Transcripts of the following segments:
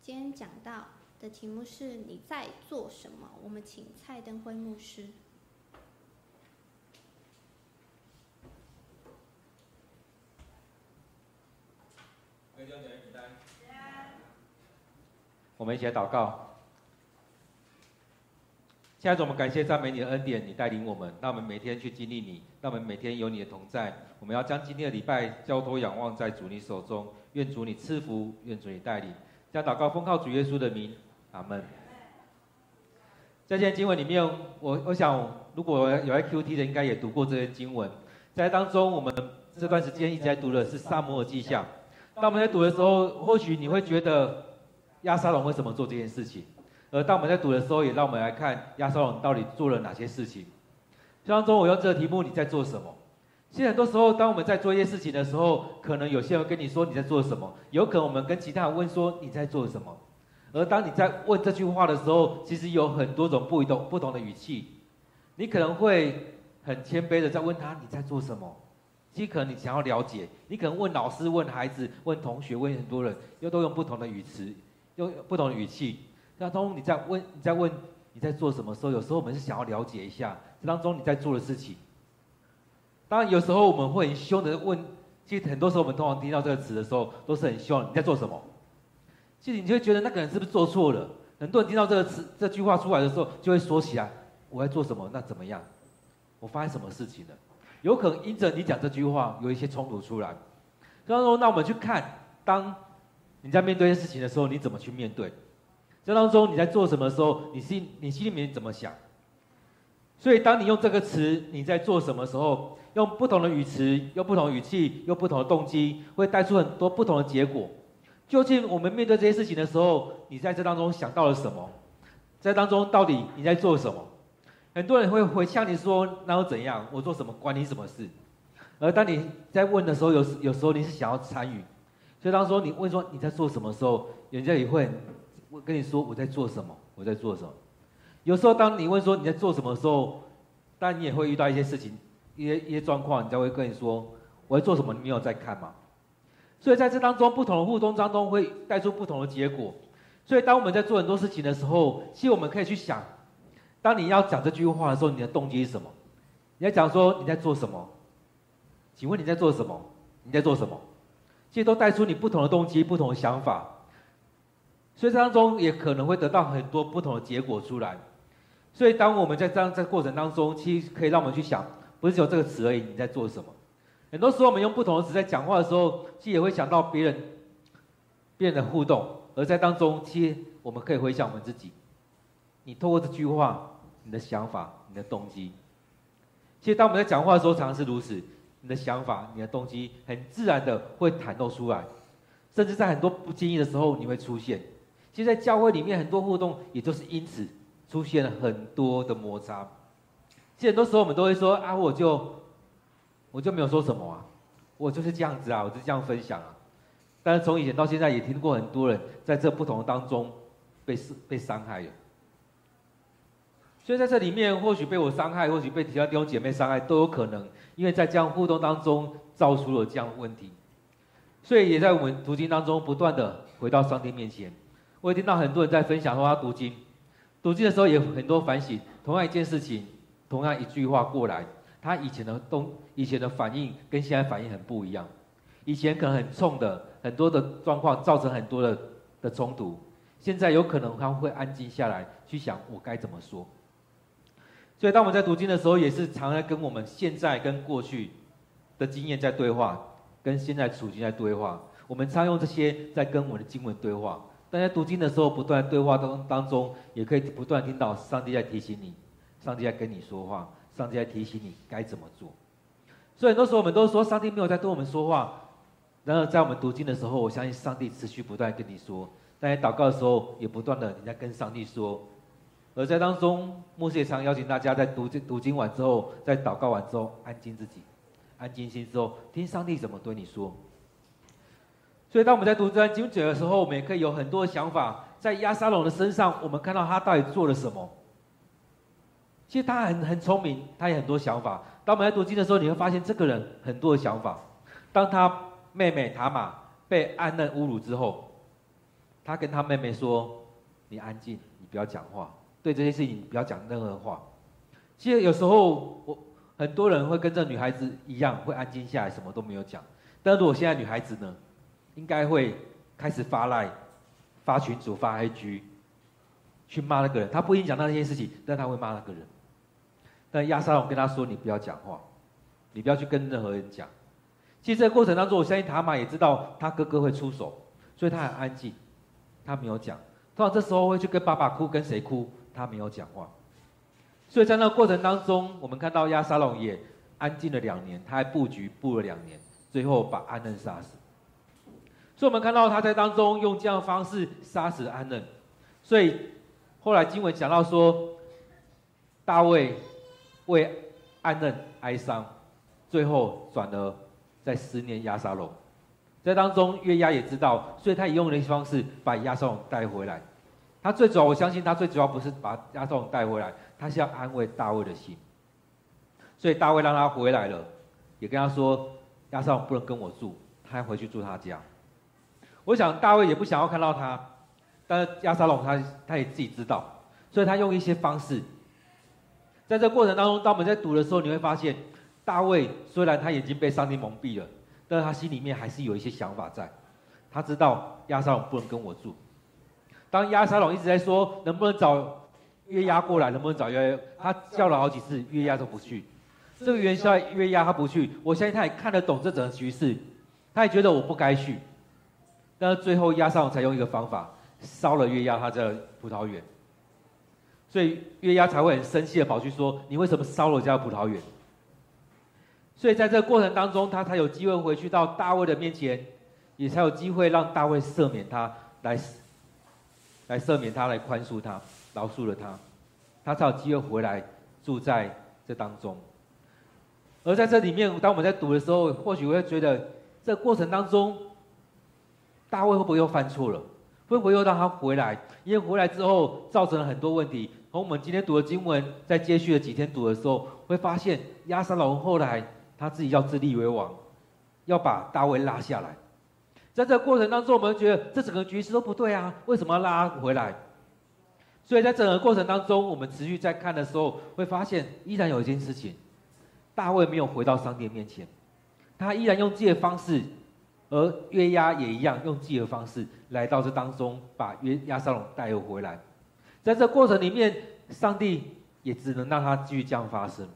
今天讲到的题目是你在做什么？我们请蔡登辉牧师。 我们一起来祷告。亲爱的，我们感谢赞美你的恩典，你带领我们，让我们每天去经历你，让我们每天有你的同在。我们要将今天的礼拜交托仰望在主你手中，愿主你赐福，愿主你带领。将祷告奉靠主耶稣的名，阿门。在这篇经文里面，我想，如果有在 QT 的，应该也读过这篇经文。在当中，我们这段时间一直在读的是撒母耳记下。当我们在读的时候，或许你会觉得押沙龙为什么做这件事情？而当我们在读的时候，也让我们来看押沙龙到底做了哪些事情。当中，我用这个题目，你在做什么？其实很多时候，当我们在做一些事情的时候，可能有些人会跟你说你在做什么，有可能我们跟其他人问说你在做什么。而当你在问这句话的时候，其实有很多种不同的语气。你可能会很谦卑的在问他你在做什么，其实可能你想要了解，你可能问老师、问孩子、问同学、问很多人，又都用不同的语词，用不同的语气。当中你在问你在做什么时候，有时候我们是想要了解一下这当中你在做的事情。当然有时候我们会很凶的问，其实很多时候我们通常听到这个词的时候，都是很凶，你在做什么？其实你就会觉得那个人是不是做错了？很多人听到这句话出来的时候，就会说起来，我在做什么？那怎么样？我发生什么事情了？有可能因着你讲这句话，有一些冲突出来。所以说，那我们去看，当你在面对一些事情的时候，你怎么去面对？这当中你在做什么的时候，你心里面怎么想？所以当你用这个词你在做什么时候，用不同的语词，用不同的语气，用不同的动机，会带出很多不同的结果。究竟我们面对这些事情的时候，你在这当中想到了什么？在当中到底你在做什么？很多人会回向你说，那又怎样？我做什么关你什么事？而当你在问的时候，有时候你是想要参与。所以当说你问说你在做什么时候，人家也会跟你说我在做什么，我在做什么。有时候当你问说你在做什么的时候，当然你也会遇到一些事情，一些状况，人家会跟你说我在做什么，你没有在看吗？所以在这当中，不同的互动当中会带出不同的结果。所以当我们在做很多事情的时候，其实我们可以去想，当你要讲这句话的时候，你的动机是什么？你在讲说你在做什么？请问你在做什么？你在做什么？其实都带出你不同的动机、不同的想法。所以这当中也可能会得到很多不同的结果出来。所以当我们在这样过程当中，其实可以让我们去想，不是只有这个词而已，你在做什么？很多时候我们用不同的词在讲话的时候，其实也会想到别人的互动，而在当中，其实我们可以回想我们自己。你透过这句话，你的想法、你的动机，其实当我们在讲话的时候，常常是如此。你的想法、你的动机，很自然的会袒露出来，甚至在很多不经意的时候，你会出现。其实，在教会里面，很多互动，也就是因此出现了很多的摩擦。其实很多时候我们都会说啊，我就没有说什么啊，我就是这样子啊，我就这样分享啊。但是从以前到现在，也听过很多人在这不同的当中被伤害了。所以在这里面，或许被我伤害，或许被其他弟兄姐妹伤害，都有可能，因为在这样互动当中造出了这样的问题。所以也在我们读经当中不断的回到上帝面前。我也听到很多人在分享说他读经的时候也有很多反省，同样一件事情，同样一句话过来，他以前的反应跟现在反应很不一样。以前可能很冲的，很多的状况造成很多的冲突，现在有可能他会安静下来，去想我该怎么说。所以当我们在读经的时候，也是常常跟我们现在跟过去的经验在对话，跟现在处境在对话。我们常用这些在跟我们的经文对话。但在读经的时候，不断对话当中，也可以不断听到上帝在提醒你，上帝在跟你说话，上帝在提醒你该怎么做。所以很多时候我们都说上帝没有在跟我们说话，然而在我们读经的时候，我相信上帝持续不断跟你说。但在祷告的时候，也不断的你在跟上帝说。而在当中，牧师也常邀请大家在读经完之后，在祷告完之后，安静自己，安静心之后，听上帝怎么对你说。所以当我们在读这段经节的时候，我们也可以有很多的想法。在押沙龙的身上，我们看到他到底做了什么。其实他很聪明，他也很多想法。当我们在读经的时候，你会发现这个人很多的想法。当他妹妹塔玛被暗嫩侮辱之后， 他跟他妹妹说：“你安静，你不要讲话，对这些事情你不要讲任何话。”其实有时候很多人会跟这女孩子一样，会安静下来，什么都没有讲。但如果现在女孩子呢，应该会开始发赖、发群组、发 IG， 去骂那个人。他不一定讲那些事情，但他会骂那个人。但押沙龙跟他说：“你不要讲话，你不要去跟任何人讲。”其实这个过程当中，我相信塔玛也知道他哥哥会出手，所以他很安静，他没有讲。通常这时候会去跟爸爸哭，跟谁哭？他没有讲话。所以在那个过程当中，我们看到押沙龙也安静了2年，他还布局布了2年，最后把安嫩杀死。所以我们看到他在当中用这样的方式杀死安嫩。所以后来经文讲到说，大卫为安嫩哀伤，最后转而在思念押沙龙。在当中约押也知道，所以他也用了一些方式把押沙龙带回来。他最主要，我相信他最主要不是把押沙龙带回来，他是要安慰大卫的心。所以大卫让他回来了，也跟他说押沙龙不能跟我住，他要回去住他家。我想大卫也不想要看到他，但是押沙龙他也自己知道，所以他用一些方式。在这过程当中，当我们在读的时候，你会发现大卫虽然他眼睛被上帝蒙蔽了，但是他心里面还是有一些想法在。他知道押沙龙不能跟我住。当押沙龙一直在说能不能找约押过来，能不能找约押，他叫了好几次，约押都不去。这个元帅约押他不去，我相信他也看得懂这整个局势，他也觉得我不该去。但是最后押沙龙才用一个方法，烧了约押他的葡萄园。所以约押才会很生气的跑去说：“你为什么烧了我家的葡萄园？”所以在这个过程当中，他才有机会回去到大卫的面前，也才有机会让大卫赦免他，来赦免他，来宽恕他，饶恕了他，他才有机会回来住在这当中。而在这里面，当我们在读的时候，或许会觉得这个过程当中，大卫会不会又犯错了？会不会又让他回来？因为回来之后造成了很多问题。从我们今天读的经文，在接续的几天读的时候，会发现押沙龙后来他自己要自立为王，要把大卫拉下来。在这个过程当中，我们觉得这整个局势都不对啊，为什么要拉他回来？所以在整个过程当中，我们持续在看的时候，会发现依然有一件事情，大卫没有回到上帝面前，他依然用自己的方式，而约押也一样用自己的方式来到这当中，把押沙龙带回来。在这过程里面，上帝也只能让他继续这样发生。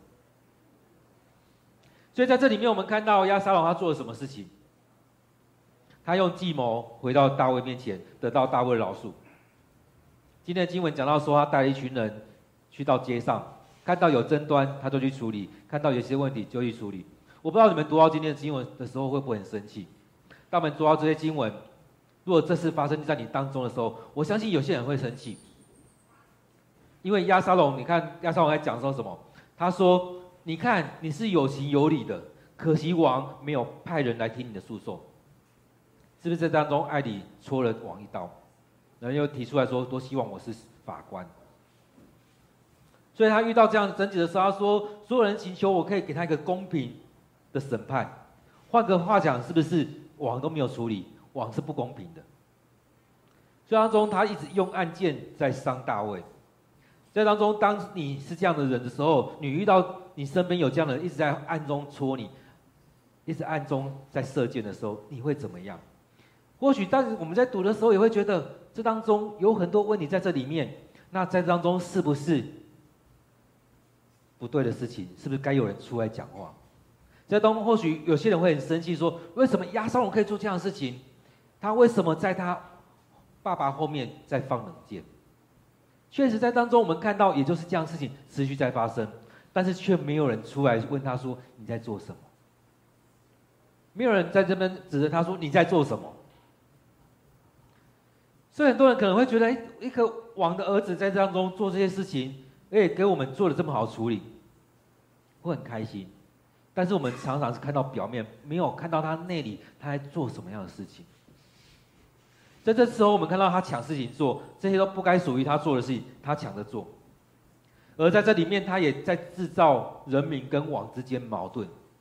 所以在这里面，我们看到押沙龙他做了什么事情？他用计谋回到大卫面前，得到大卫的饶恕。今天的经文讲到说，他带了一群人去到街上，看到有争端他就去处理，看到有些问题就去处理。我不知道你们读到今天的经文的时候会不会很生气？当我们读到这些经文，如果这事发生在你当中的时候，我相信有些人会生气。因为押沙龙，你看押沙龙在讲说什么？他说：“你看你是有情有理的，可惜王没有派人来听你的诉讼。”是不是在当中艾里戳了王一刀？然后又提出来说：“多希望我是法官。”所以他遇到这样的争执的时候，他说：“所有人请求我可以给他一个公平的审判。”换个话讲，是不是王都没有处理，王是不公平的？所以当中他一直用案件在伤大卫。在当中，当你是这样的人的时候，你遇到你身边有这样的人一直在暗中戳你，一直暗中在射箭的时候，你会怎么样？或许当我们在读的时候，也会觉得这当中有很多问题在这里面。那在当中是不是不对的事情？是不是该有人出来讲话？在当中，或许有些人会很生气，说：为什么押沙龙可以做这样的事情？他为什么在他爸爸后面在放冷箭？确实，在当中我们看到，也就是这样的事情持续在发生，但是却没有人出来问他说：你在做什么？没有人在这边指着他说：你在做什么？所以很多人可能会觉得，一个王的儿子在当中做这些事情，给我们做的这么好处理，会很开心。但是我们常常是看到表面，没有看到他内里他在做什么样的事情。在这时候，我们看到他抢事情做，这些都不该属于他做的事情，他抢着做。而在这里面，他也在制造人民跟王之间矛盾。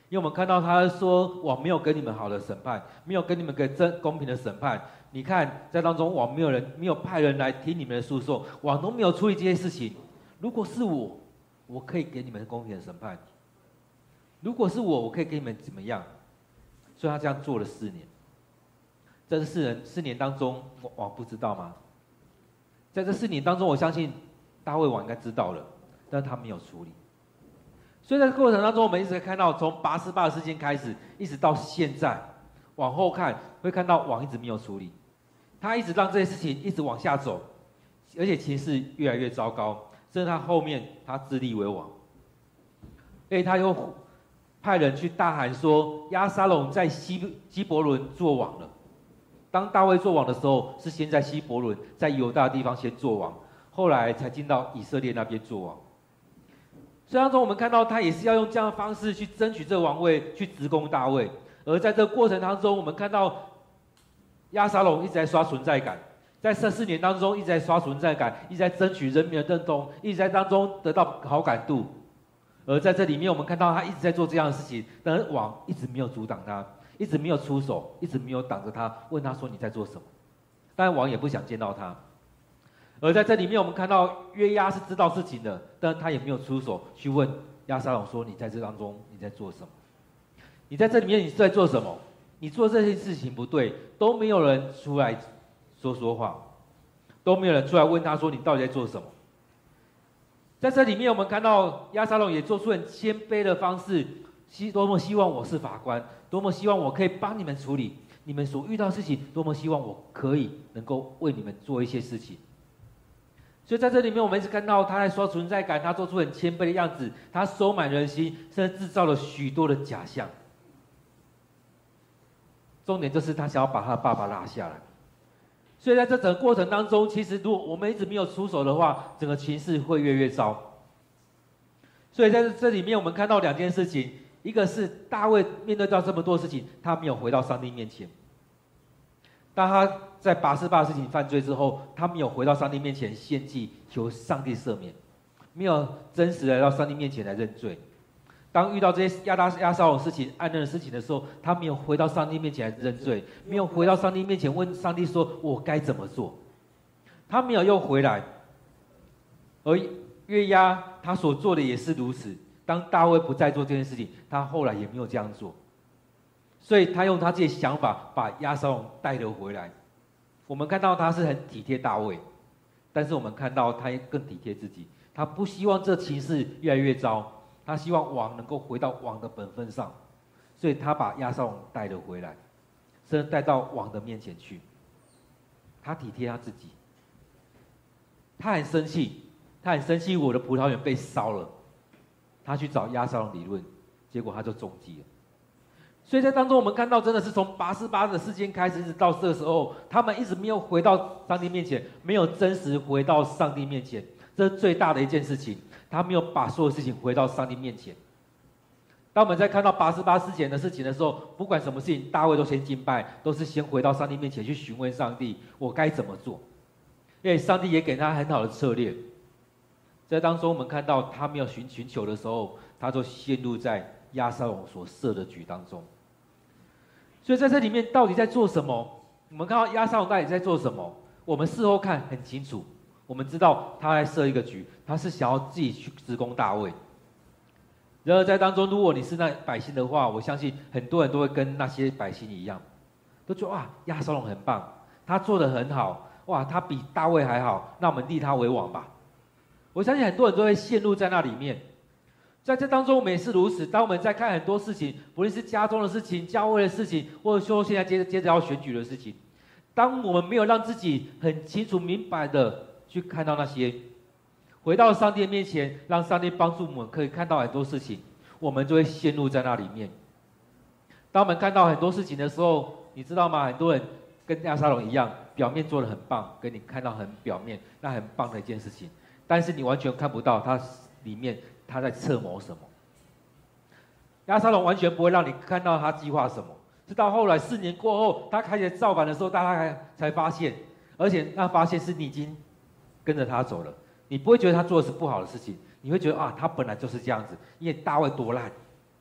因为我们看到他说王没有跟你们好的审判，没有跟你们个公平的审判。你看在当中王没有派人来听你们的诉讼，王都没有处理这些事情。如果是我可以给你们公平的审判；如果是我可以给你们怎么样？所以他这样做了4年。在这4年当中，王不知道吗？在这4年当中，我相信大卫王应该知道了，但他没有处理。所以在过程当中，我们一直看到从拔示巴的事件开始，一直到现在，往后看会看到王一直没有处理，他一直让这些事情一直往下走，而且情势越来越糟糕，甚至他后面他自立为王，所以他又派人去大喊说押沙龙在基伯伦做王了。当大卫做王的时候，是先在希伯伦，在犹大的地方先做王，后来才进到以色列那边做王。所以当中我们看到他也是要用这样的方式去争取这个王位，去直攻大卫。而在这个过程当中，我们看到押沙龙一直在刷存在感，在这4年当中一直在刷存在感，一直在争取人民的认同，一直在当中得到好感度。而在这里面，我们看到他一直在做这样的事情，但是王一直没有阻挡他，一直没有出手，一直没有挡着他，问他说你在做什么？当然王也不想见到他。而在这里面，我们看到约押是知道事情的，但他也没有出手去问押沙龙说：“你在这当中你在做什么？你在这里面你是在做什么？你做这些事情不对，都没有人出来说话，都没有人出来问他说你到底在做什么？”在这里面，我们看到押沙龙也做出很谦卑的方式，多么希望我是法官，多么希望我可以帮你们处理你们所遇到的事情，多么希望我可以能够为你们做一些事情。所以在这里面，我们一直看到他在刷存在感，他做出很谦卑的样子，他收买人心，甚至制造了许多的假象。重点就是他想要把他的爸爸拉下来。所以在这整个过程当中，其实如果我们一直没有出手的话，整个情势会越来越糟。所以在这里面，我们看到2件事情，一个是大卫面对到这么多事情，他没有回到上帝面前。当他在拔示巴的事情犯罪之后，他没有回到上帝面前献祭，求上帝赦免，没有真实的来到上帝面前来认罪。当遇到这些押沙龙的事情、暗嫩的事情的时候，他没有回到上帝面前来认罪，没有回到上帝面前问上帝说：“我该怎么做？”他没有又回来。而约押他所做的也是如此。当大卫不再做这件事情，他后来也没有这样做。所以他用他自己的想法把押沙龙带了回来。我们看到他是很体贴大卫，但是我们看到他更体贴自己。他不希望这情势越来越糟，他希望王能够回到王的本分上，所以他把押沙龙带了回来，甚至带到王的面前去。他体贴他自己，他很生气，我的葡萄园被烧了，他去找押沙龙理论，结果他就中计了。所以在当中，我们看到真的是从拔示巴的事件开始，一直到这个时候，他们一直没有回到上帝面前，没有真实回到上帝面前，这是最大的一件事情。他没有把所有事情回到上帝面前。当我们在看到拔示巴之前的事情的时候，不管什么事情，大卫都先敬拜，都是先回到上帝面前去询问上帝，我该怎么做？因为上帝也给他很好的策略。在当中，我们看到他没有寻求的时候，他就陷入在押沙龙所设的局当中。所以在这里面到底在做什么？我们看到押沙龙到底在做什么？我们事后看很清楚，我们知道他在设一个局，他是想要自己去直攻大卫。然而在当中，如果你是那百姓的话，我相信很多人都会跟那些百姓一样，都觉得哇，押沙龙很棒，他做得很好，哇，他比大卫还好，那我们立他为王吧。我相信很多人都会陷入在那里面。在这当中，我们也是如此。当我们在看很多事情，不论是家中的事情、教会的事情，或者说现在接着要选举的事情，当我们没有让自己很清楚明白的去看到那些，回到上帝面前，让上帝帮助我们可以看到很多事情，我们就会陷入在那里面。当我们看到很多事情的时候，你知道吗？很多人跟押沙龙一样，表面做得很棒，给你看到很表面，那很棒的一件事情，但是你完全看不到他里面他在策谋什么。押沙龙完全不会让你看到他计划什么，直到后来4年过后，他开始造反的时候，大家才发现，而且那发现是你已经跟着他走了，你不会觉得他做的是不好的事情，你会觉得啊，他本来就是这样子，因为大卫多烂，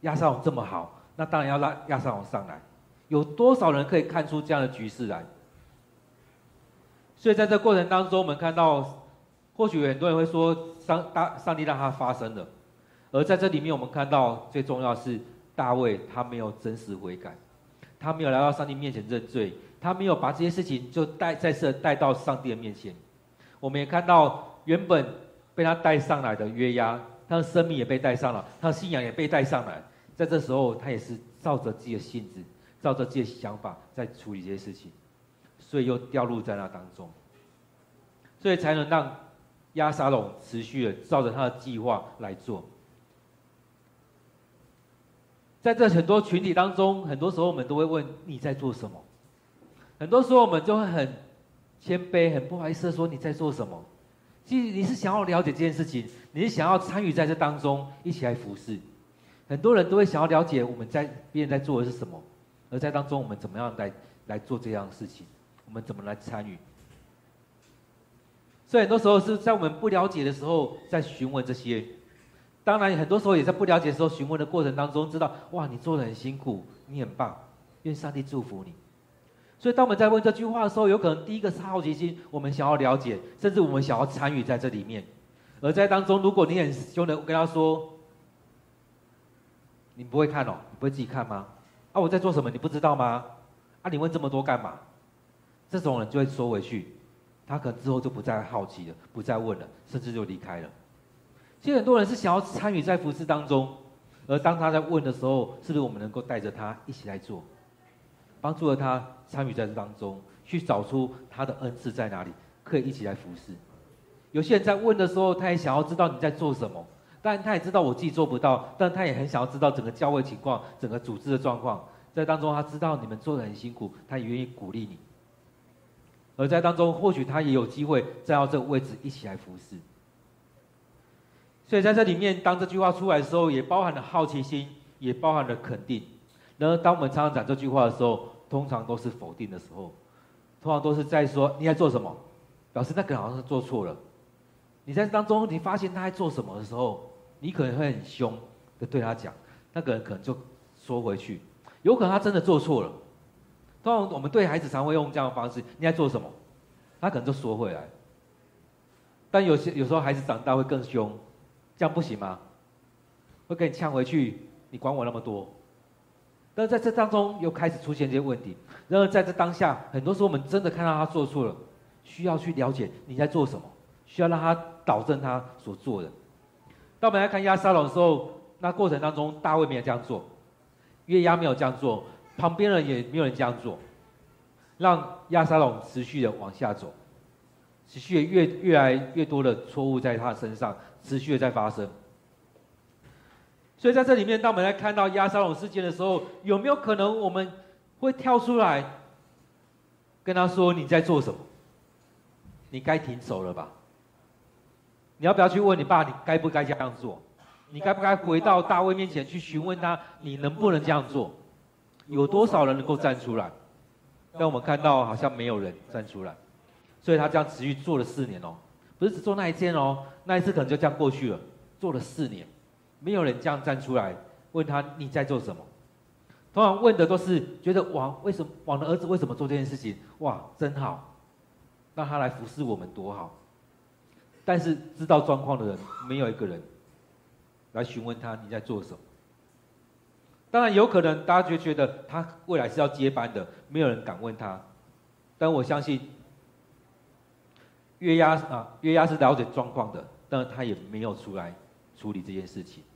押沙龙这么好，那当然要让押沙龙上来。有多少人可以看出这样的局势来？所以在这过程当中，我们看到，或许很多人会说上帝让他发生了，而在这里面，我们看到最重要的是大卫他没有真实悔改，他没有来到上帝面前认罪，他没有把这些事情就再次带到上帝的面前。我们也看到原本被他带上来的约押，他的生命也被带上了，他的信仰也被带上来，在这时候他也是照着自己的性子，照着自己的想法在处理这些事情，所以又掉入在那当中，所以才能让押沙龙持续的照着他的计划来做。在这很多群体当中，很多时候我们都会问你在做什么，很多时候我们就会很谦卑、很不好意思的说你在做什么。其实你是想要了解这件事情，你是想要参与在这当中，一起来服侍。很多人都会想要了解我们在别人在做的是什么，而在当中我们怎么样来做这样的事情，我们怎么来参与。所以很多时候是在我们不了解的时候，在询问这些。当然，很多时候也在不了解的时候询问的过程当中，知道哇，你做得很辛苦，你很棒，愿上帝祝福你。所以，当我们在问这句话的时候，有可能第一个是好奇心，我们想要了解，甚至我们想要参与在这里面。而在当中，如果你很凶的跟他说：“你不会看哦，你不会自己看吗？啊，我在做什么，你不知道吗？啊，你问这么多干嘛？”这种人就会缩回去，他可能之后就不再好奇了，不再问了，甚至就离开了。其实很多人是想要参与在服事当中，而当他在问的时候，是不是我们能够带着他一起来做，帮助了他参与在这当中，去找出他的恩赐在哪里，可以一起来服事。有些人在问的时候，他也想要知道你在做什么，当然他也知道我自己做不到，但他也很想要知道整个教会情况、整个组织的状况。在当中，他知道你们做得很辛苦，他也愿意鼓励你。而在当中，或许他也有机会站到这个位置一起来服事。所以在这里面，当这句话出来的时候，也包含了好奇心，也包含了肯定。然而，当我们常常讲这句话的时候，通常都是否定的时候，通常都是在说你在做什么，表示那个人好像是做错了。你在当中，你发现他在做什么的时候，你可能会很凶的对他讲，那个人可能就缩回去，有可能他真的做错了。通常我们对孩子常会用这样的方式，你在做什么，他可能就缩回来。但有时候孩子长大会更凶。这样不行吗？会给你呛回去，你管我那么多。但是在这当中又开始出现这些问题。然而在这当下，很多时候我们真的看到他做错了，需要去了解你在做什么，需要让他导正他所做的。当我们来看押沙龙的时候，那过程当中大卫没有这样做，约押没有这样做，旁边人也没有人这样做，让押沙龙持续的往下走，持续的越来越多的错误在他身上持续的在发生。所以在这里面，当我们来看到押沙龙事件的时候，有没有可能我们会跳出来跟他说你在做什么？你该停手了吧？你要不要去问你爸，你该不该这样做？你该不该回到大卫面前去询问他，你能不能这样做？有多少人能够站出来？但我们看到好像没有人站出来，所以他这样持续做了4年哦，不是只做那一天哦，那一次可能就这样过去了，做了4年，没有人这样站出来问他你在做什么。通常问的都是觉得王的儿子为什么做这件事情？哇，真好，让他来服侍我们多好。但是知道状况的人没有一个人来询问他你在做什么。当然有可能大家就觉得他未来是要接班的，没有人敢问他。但我相信约押是了解状况的，但他也没有出来处理这件事情。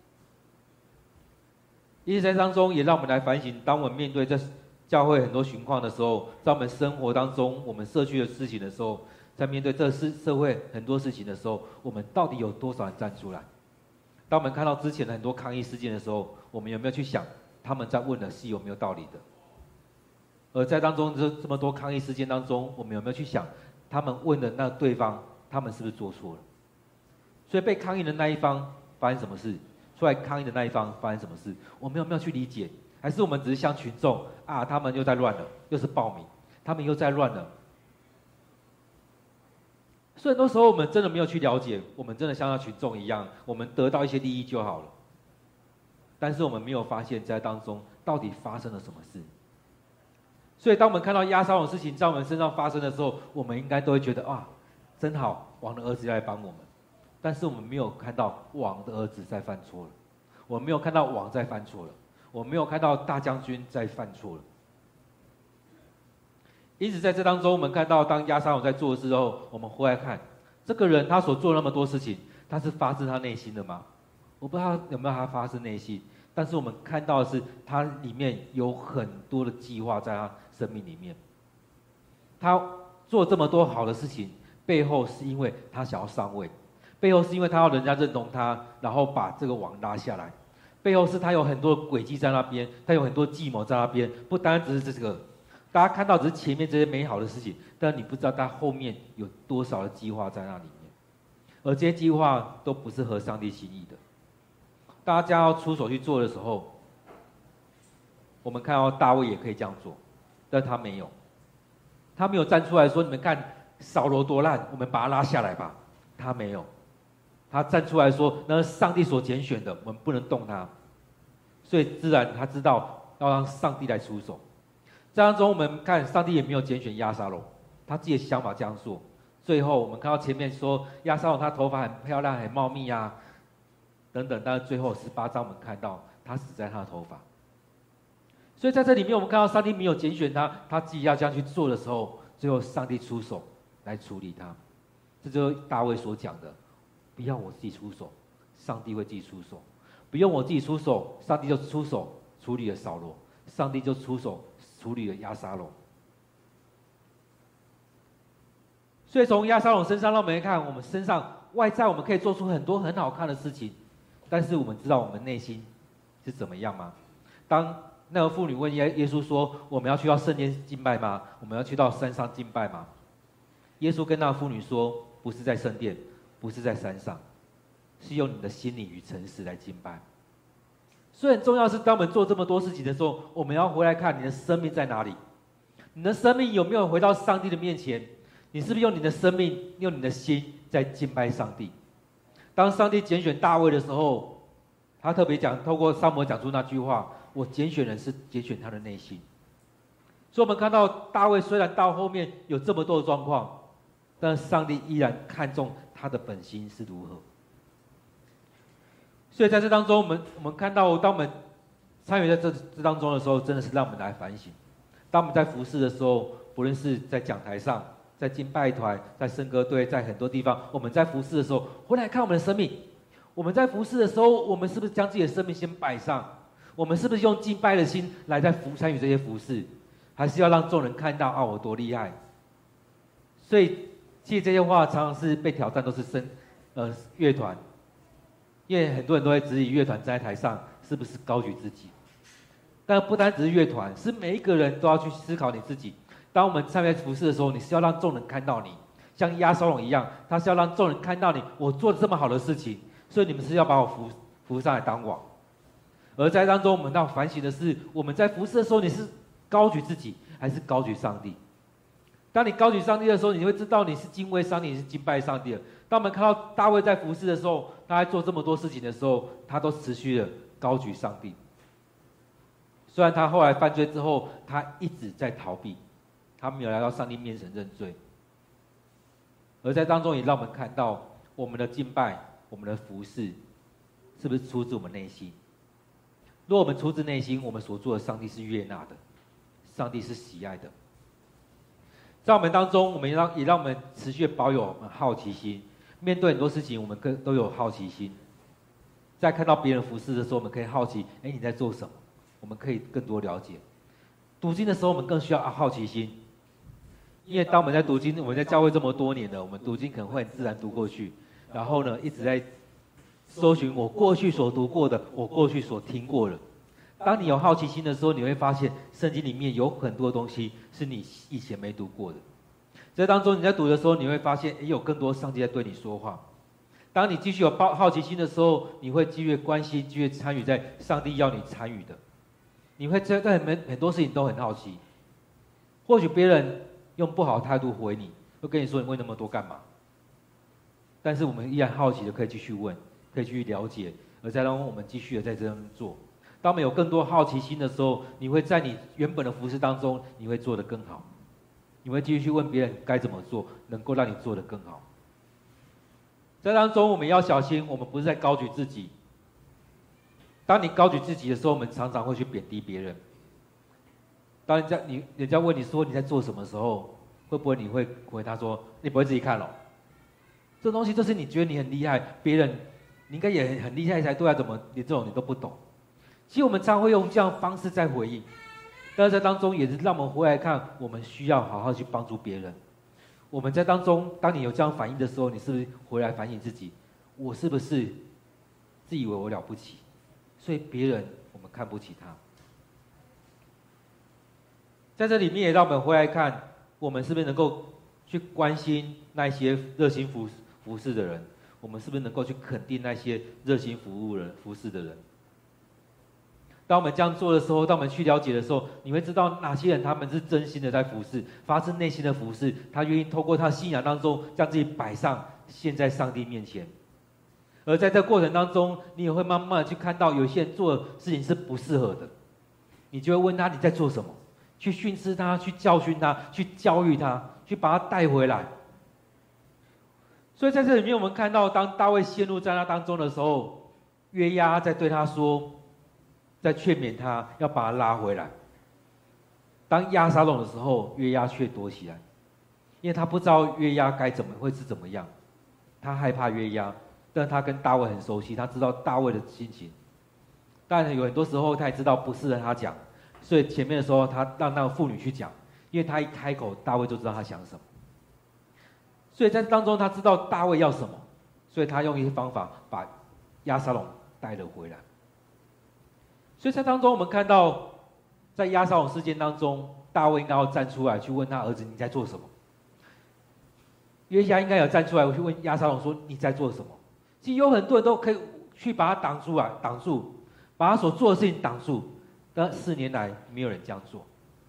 因此在当中也让我们来反省，当我们面对这教会很多情况的时候，在我们生活当中我们社区的事情的时候，在面对这社会很多事情的时候，我们到底有多少人站出来？当我们看到之前的很多抗议事件的时候，我们有没有去想他们在问的是有没有道理的？而在当中这么多抗议事件当中，我们有没有去想他们问的那对方，他们是不是做错了？所以被抗议的那一方发生什么事？出来抗议的那一方发生什么事？我们有没有去理解？还是我们只是像群众啊，他们又在乱了，又是暴民，他们又在乱了。所以很多时候我们真的没有去了解，我们真的像那群众一样，我们得到一些利益就好了。 但是我们没有发现在当中到底发生了什么事。所以当我们看到押沙龙的事情在我们身上发生的时候，我们应该都会觉得啊，真好，王的儿子要来帮我们。但是我们没有看到王的儿子在犯错了，我们没有看到王在犯错了，我们没有看到大将军在犯错了。因此在这当中，我们看到当押沙龙在做的时候，我们回来看这个人他所做的那么多事情，他是发自他内心的吗？我不知道有没有他发自内心，但是我们看到的是他里面有很多的计划在他生命里面。他做这么多好的事情，背后是因为他想要上位，背后是因为他要人家认同他，然后把这个王拉下来，背后是他有很多的诡计在那边，他有很多计谋在那边，不单只是这个。大家看到只是前面这些美好的事情，但你不知道他后面有多少的计划在那里面，而这些计划都不是合上帝心意的。大家要出手去做的时候，我们看到大卫也可以这样做，但他没有，他没有站出来说：“你们看扫罗多烂，我们把他拉下来吧。”他没有，他站出来说：“那是上帝所拣选的，我们不能动他。”所以自然他知道要让上帝来出手。这当中，我们看上帝也没有拣选押沙龙，他自己的想法这样做。最后，我们看到前面说押沙龙他头发很漂亮、很茂密啊，等等。但是最后18章我们看到他死在他的头发。所以在这里面，我们看到上帝没有拣选他，他自己要这样去做的时候，最后上帝出手来处理他。这就是大卫所讲的：不要我自己出手，上帝会自己出手；不用我自己出手，上帝就出手处理了扫罗，上帝就出手处理了押沙龙。所以从押沙龙身上，让我们看，我们身上外在我们可以做出很多很好看的事情，但是我们知道我们内心是怎么样吗？当那个妇女问耶稣说：“我们要去到圣殿敬拜吗？我们要去到山上敬拜吗？”耶稣跟那个妇女说：“不是在圣殿，不是在山上，是用你的心灵与诚实来敬拜。”所以很重要的是，当我们做这么多事情的时候，我们要回来看你的生命在哪里，你的生命有没有回到上帝的面前？你是不是用你的生命、用你的心在敬拜上帝？当上帝拣选大卫的时候，他特别讲，透过撒母耳讲出那句话：“我拣选人是拣选他的内心。”所以我们看到大卫虽然到后面有这么多的状况，但上帝依然看重他的本心是如何。所以在这当中，我们看到，当我们参与在这当中的时候，真的是让我们来反省。当我们在服事的时候，不论是在讲台上、在敬拜团、在圣歌队、在很多地方，我们在服事的时候，回来看我们的生命。我们在服事的时候，我们是不是将自己的生命先摆上？我们是不是用敬拜的心来参与这些服事？还是要让众人看到啊，我多厉害？所以，其实这些话常常是被挑战，都是乐团。因为很多人都会质疑乐团站在台上是不是高举自己，但不单只是乐团，是每一个人都要去思考你自己。当我们参与服事的时候，你是要让众人看到你，像押沙龙一样，他是要让众人看到你，我做了这么好的事情，所以你们是要把我扶上来当王。而在当中，我们要反省的是，我们在服事的时候，你是高举自己，还是高举上帝？当你高举上帝的时候，你会知道你是敬畏上帝，你是敬拜上帝的。当我们看到大卫在服事的时候，他在做这么多事情的时候，他都持续的高举上帝。虽然他后来犯罪之后，他一直在逃避，他没有来到上帝面前认罪。而在当中也让我们看到，我们的敬拜、我们的服事，是不是出自我们内心？若我们出自内心，我们所做的，上帝是悦纳的，上帝是喜爱的。在我们当中，我们也让我们持续保有好奇心。面对很多事情，我们都有好奇心。在看到别人服事的时候，我们可以好奇：哎，你在做什么？我们可以更多了解。读经的时候，我们更需要好奇心，因为当我们在读经，我们在教会这么多年了，我们读经可能会很自然读过去，然后呢，一直在搜寻我过去所读过的，我过去所听过的。当你有好奇心的时候，你会发现圣经里面有很多东西是你以前没读过的。在当中你在读的时候，你会发现也有更多上帝在对你说话。当你继续有好奇心的时候，你会继续关心，继续参与在上帝要你参与的。你会对很多事情都很好奇。或许别人用不好的态度回你，会跟你说你问那么多干嘛？但是我们依然好奇的可以继续问，可以继续了解，而在当中我们继续的在这样做。 当我们有更多好奇心的时候，你会在你原本的服事当中，你会做得更好。你会继续去问别人该怎么做，能够让你做得更好。在当中，我们要小心，我们不是在高举自己。当你高举自己的时候，我们常常会去贬低别人。当人家问你说你在做什么时候，会不会你会回他说你不会自己看了？这东西就是你觉得你很厉害，别人你应该也很厉害才对啊，怎么你这种你都不懂？其实我们常会用这样的方式在回应。但是在当中也是让我们回来看，我们需要好好去帮助别人。我们在当中，当你有这样反应的时候，你是不是回来反省自己？我是不是自以为我了不起，所以别人我们看不起他？在这里面也让我们回来看，我们是不是能够去关心那些热心服侍的人？我们是不是能够去肯定那些热心服侍的人？当我们这样做的时候，当我们去了解的时候，你会知道哪些人他们是真心的在服侍，发自内心的服侍，他愿意透过他的信仰当中将自己摆上，献在上帝面前。而在这过程当中，你也会慢慢的去看到有些人做的事情是不适合的，你就会问他你在做什么，去训斥他，去教训他，去教育他，去把他带回来。所以在这里面，我们看到当大卫陷入在那当中的时候，约押在对他说，在劝勉他要把他拉回来。当押沙龙的时候，约押却躲起来，因为他不知道约押该会是怎么样，他害怕约押，但他跟大卫很熟悉，他知道大卫的心情。但有很多时候他也知道不适合他讲，所以前面的时候他让那个妇女去讲，因为他一开口，大卫就知道他想什么。所以在当中他知道大卫要什么，所以他用一些方法把押沙龙带了回来。所以在当中我们看到，在押沙龙事件当中，大卫应该要站出来去问他儿子你在做什么。约押应该有站出来去问押沙龙说你在做什么。其实有很多人都可以去把他挡住，把他所做的事情挡住，但4年来没有人这样做。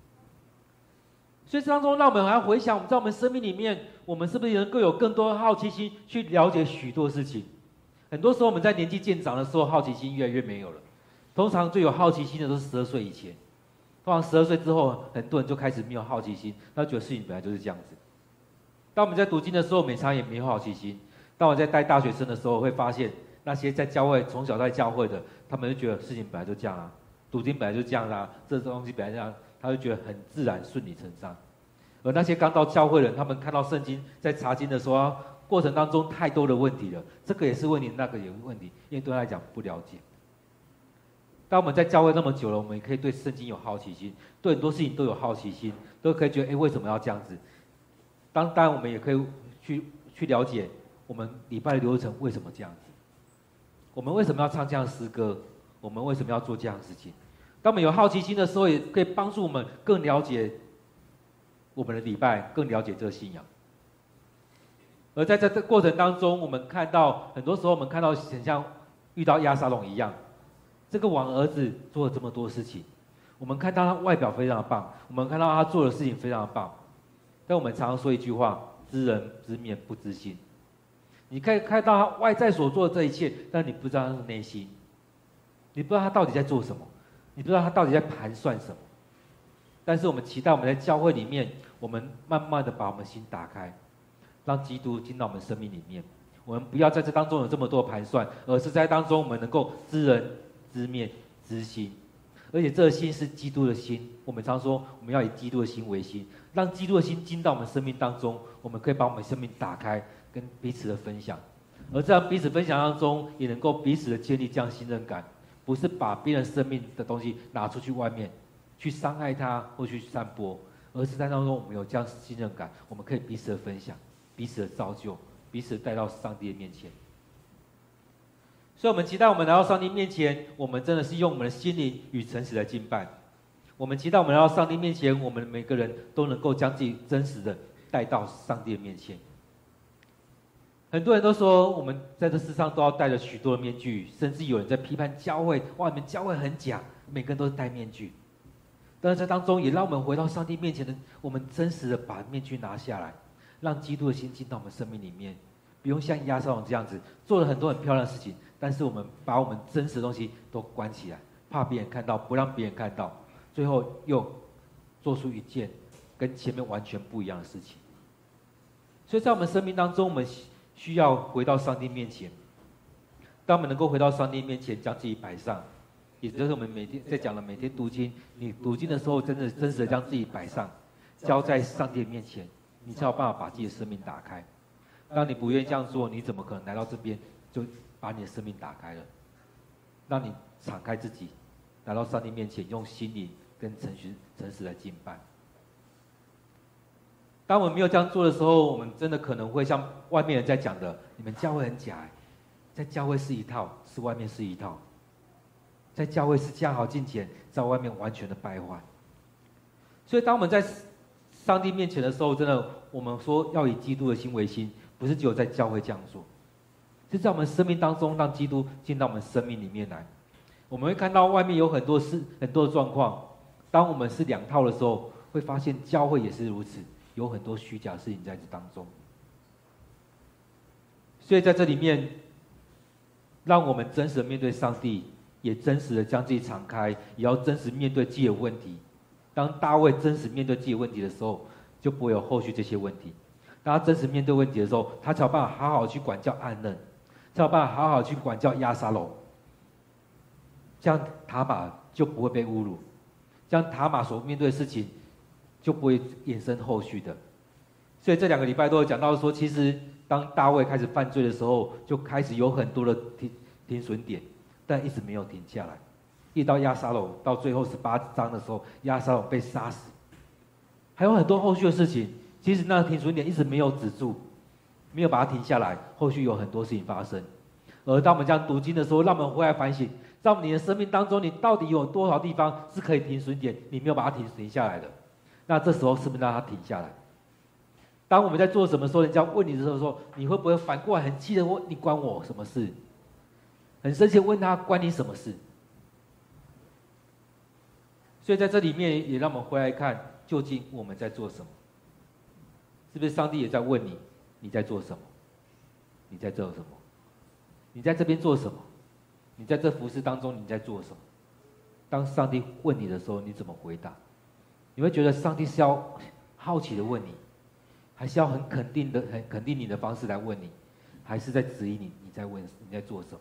所以当中让我们还要回想，我们在我们生命里面，我们是不是能够有更多的好奇心去了解许多事情？很多时候我们在年纪渐长的时候，好奇心越来越没有了。通常最有好奇心的都是12岁以前，通常12岁之后，很多人就开始没有好奇心，他觉得事情本来就是这样子。当我们在读经的时候，每常也没有好奇心。当我在带大学生的时候，会发现那些在教会从小在教会的，他们就觉得事情本来就这样啊，读经本来就这样啦，这东西本来这样，他就觉得很自然顺理成章。而那些刚到教会的人，他们看到圣经在查经的时候，过程当中太多的问题了，这个也是问题，那个也是问题，因为对他来讲不了解。当我们在教会那么久了，我们也可以对圣经有好奇心，对很多事情都有好奇心，都可以觉得为什么要这样子？当然我们也可以去了解我们礼拜的流程为什么这样子，我们为什么要唱这样的诗歌，我们为什么要做这样的事情。当我们有好奇心的时候，也可以帮助我们更了解我们的礼拜，更了解这个信仰。而在这过程当中，我们看到很多时候，我们看到很像遇到押沙龙一样，这个王儿子做了这么多事情，我们看到他外表非常的棒，我们看到他做的事情非常的棒，但我们常常说一句话：知人知面不知心。你可以看到他外在所做的这一切，但你不知道他的内心，你不知道他到底在做什么，你不知道他到底在盘算什么。但是我们期待我们在教会里面，我们慢慢的把我们心打开，让基督进到我们生命里面。我们不要在这当中有这么多的盘算，而是在当中我们能够知人知面知心。而且这个心是基督的心，我们常说我们要以基督的心为心，让基督的心进到我们生命当中，我们可以把我们生命打开，跟彼此的分享。而这样彼此分享当中，也能够彼此的建立这样信任感，不是把别人生命的东西拿出去外面去伤害他或去散播，而是在当中我们有这样信任感，我们可以彼此的分享，彼此的造就，彼此带到上帝的面前。所以我们期待我们来到上帝面前，我们真的是用我们的心灵与诚实来敬拜。我们期待我们来到上帝面前，我们每个人都能够将自己真实的带到上帝的面前。很多人都说我们在这世上都要戴着许多的面具，甚至有人在批判教会，哇，你们教会很假，每个人都是戴面具。但是在当中也让我们回到上帝面前的，我们真实的把面具拿下来，让基督的心进到我们生命里面，不用像押沙龙这样子做了很多很漂亮的事情，但是我们把我们真实的东西都关起来， 怕别人看到，不让别人看到，最后又做出一件跟前面完全不一样的事情。所以在我们生命当中，我们需要回到上帝面前。当我们能够回到上帝面前，将自己摆上，也就是我们每天在讲的每天读经，你读经的时候，真实的将自己摆上，交在上帝面前，你才有办法把自己的生命打开。当你不愿意这样做，你怎么可能来到这边就把你的生命打开了？让你敞开自己，来到上帝面前，用心灵跟诚实来敬拜。当我们没有这样做的时候，我们真的可能会像外面人在讲的，你们教会很假，在教会是一套，是外面是一套。在教会是价好金钱，在外面完全的败坏。所以当我们在上帝面前的时候，真的我们说要以基督的心为心，不是只有在教会这样做，是在我们生命当中让基督进到我们生命里面来。我们会看到外面有很多的状况，当我们是两套的时候，会发现教会也是如此，有很多虚假的事情在这当中。所以在这里面，让我们真实的面对上帝，也真实的将自己敞开，也要真实面对自己的问题。当大卫真实面对自己的问题的时候，就不会有后续这些问题。当他真实面对问题的时候，他才有办法好好去管教暗嫩，才有办法好好去管教押沙龙，这样塔玛就不会被侮辱，这样塔玛所面对的事情就不会衍生后续的。所以这2个礼拜都有讲到说，其实当大卫开始犯罪的时候，就开始有很多的停损点，但一直没有停下来。一直到押沙龙到最后18章的时候，押沙龙被杀死，还有很多后续的事情。其实那个停损点一直没有止住，没有把它停下来，后续有很多事情发生。而当我们这样读经的时候，让我们回来反省，在你的生命当中，你到底有多少地方是可以停损点，你没有把它停下来的？那这时候是不是让它停下来？当我们在做什么时候，人家问你的时候，你会不会反过来很气的问你关我什么事？很生气问他关你什么事？所以在这里面也让我们回来看，究竟我们在做什么？是不是上帝也在问你，你在做什么？你在做什么？你在这边做什么？你在这服事当中你在做什么？当上帝问你的时候，你怎么回答？你会觉得上帝是要好奇的问你，还是要很肯定你的方式来问你，还是在指引你你在做什么？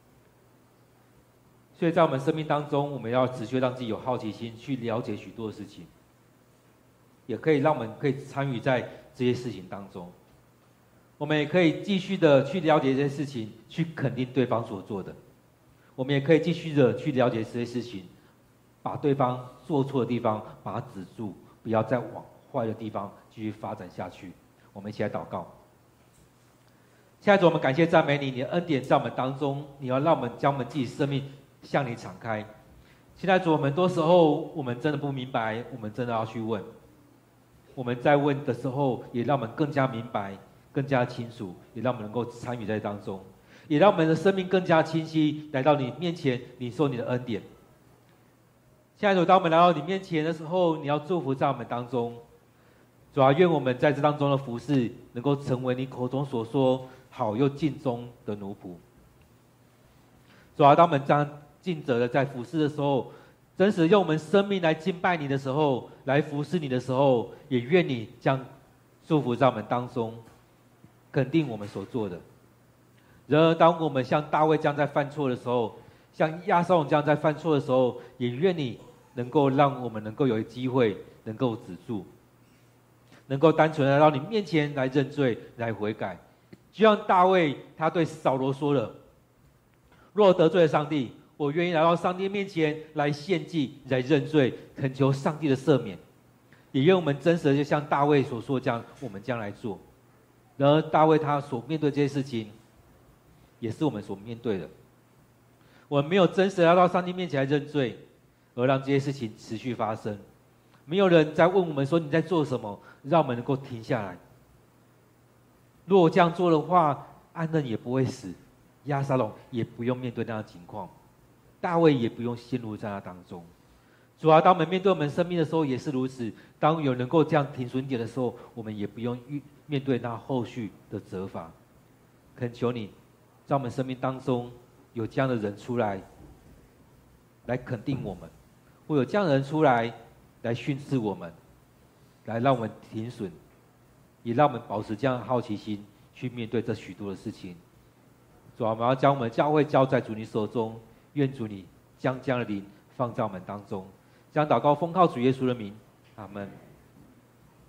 所以在我们生命当中，我们要持续让自己有好奇心，去了解许多的事情，也可以让我们可以参与在这些事情当中。我们也可以继续的去了解这些事情，去肯定对方所做的。我们也可以继续的去了解这些事情，把对方做错的地方把它止住，不要再往坏的地方继续发展下去。我们一起来祷告。现在主，我们感谢赞美你，你的恩典在我们当中，你要让我们将我们自己生命向你敞开。现在主，很多时候我们真的不明白，我们真的要去问。我们在问的时候，也让我们更加明白，更加清楚，也让我们能够参与在当中，也让我们的生命更加清晰，来到你面前，领受你的恩典。现在主，当我们来到你面前的时候，你要祝福在我们当中。主啊，愿我们在这当中的服事，能够成为你口中所说好又尽忠的奴仆。主啊，当我们这样尽责的在服事的时候，真实用我们生命来敬拜你的时候，来服侍你的时候，也愿你将祝福在我们当中，肯定我们所做的。然而，当我们像大卫这样在犯错的时候，像押沙龙这样在犯错的时候，也愿你能够让我们能够有机会能够止住，能够单纯来到你面前来认罪、来悔改。就像大卫他对扫罗说了：“若得罪了上帝，我愿意来到上帝面前来献祭、来认罪，恳求上帝的赦免。”也愿我们真实的就像大卫所说这样，我们将来做。然而大卫他所面对这些事情，也是我们所面对的。我们没有真实的来到上帝面前来认罪，而让这些事情持续发生。没有人在问我们说你在做什么，让我们能够停下来。如果这样做的话，暗嫩也不会死，押沙龙也不用面对那样的情况，大卫也不用陷入在那当中。主啊，当我们面对我们生命的时候也是如此。当有能够这样停损点的时候，我们也不用面对那后续的责罚。恳求你，在我们生命当中有这样的人出来， 来肯定我们，会有这样的人出来训斥我们，来让我们停损，也让我们保持这样的好奇心去面对这许多的事情。主啊，我们要将我们的教会交在主你手中，愿主你将这样的灵放在我们当中。将祷告奉靠主耶稣的名，阿们。